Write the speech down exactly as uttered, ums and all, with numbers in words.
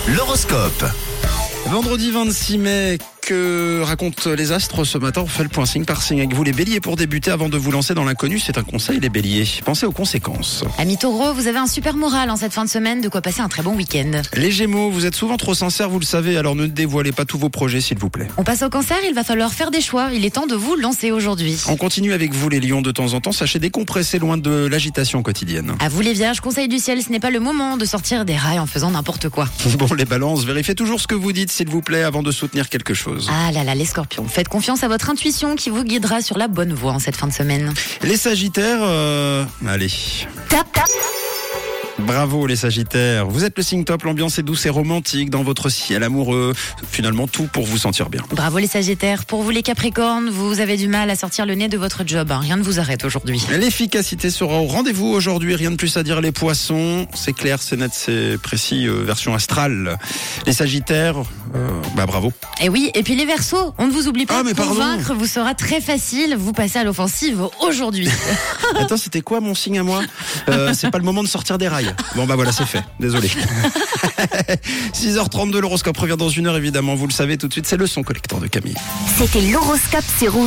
L'horoscope. Vendredi vingt-six mai, que racontent les astres ce matin? On fait le point signe par signe avec vous les béliers. Pour débuter, avant de vous lancer dans l'inconnu, c'est un conseil les béliers. Pensez aux conséquences. Amis taureaux, vous avez un super moral en cette fin de semaine, de quoi passer un très bon week-end. Les gémeaux, vous êtes souvent trop sincères, vous le savez, alors ne dévoilez pas tous vos projets s'il vous plaît. On passe au cancer, il va falloir faire des choix, il est temps de vous lancer aujourd'hui. On continue avec vous les lions, de temps en temps, sachez décompresser loin de l'agitation quotidienne. À vous les vierges, conseil du ciel, ce n'est pas le moment de sortir des rails en faisant n'importe quoi. Bon, les balances, vérifiez toujours ce que vous dites s'il vous plaît avant de soutenir quelque chose. Ah là là, les scorpions, faites confiance à votre intuition qui vous guidera sur la bonne voie en cette fin de semaine. Les sagittaires, euh... allez. Tap, tap. Bravo les sagittaires, vous êtes le signe top, l'ambiance est douce et romantique dans votre ciel amoureux. Finalement tout pour vous sentir bien. Bravo les sagittaires, pour vous les capricornes, vous avez du mal à sortir le nez de votre job, hein. Rien ne vous arrête aujourd'hui. L'efficacité sera au rendez-vous aujourd'hui, rien de plus à dire les poissons. C'est clair, c'est net, c'est précis, euh, version astrale. Les sagittaires, euh, bah bravo. Et oui, et puis les verseaux, on ne vous oublie pas, Ah, mais pardon. convaincre vous sera très facile, vous passez à l'offensive aujourd'hui. Attends, c'était quoi mon signe à moi? euh, C'est pas le moment de sortir des rails. Bon bah voilà, c'est fait, désolé. six heures trente-deux, l'horoscope revient dans une heure évidemment, vous le savez tout de suite, c'est le son collector de Camille. C'était l'horoscope sur Rouge.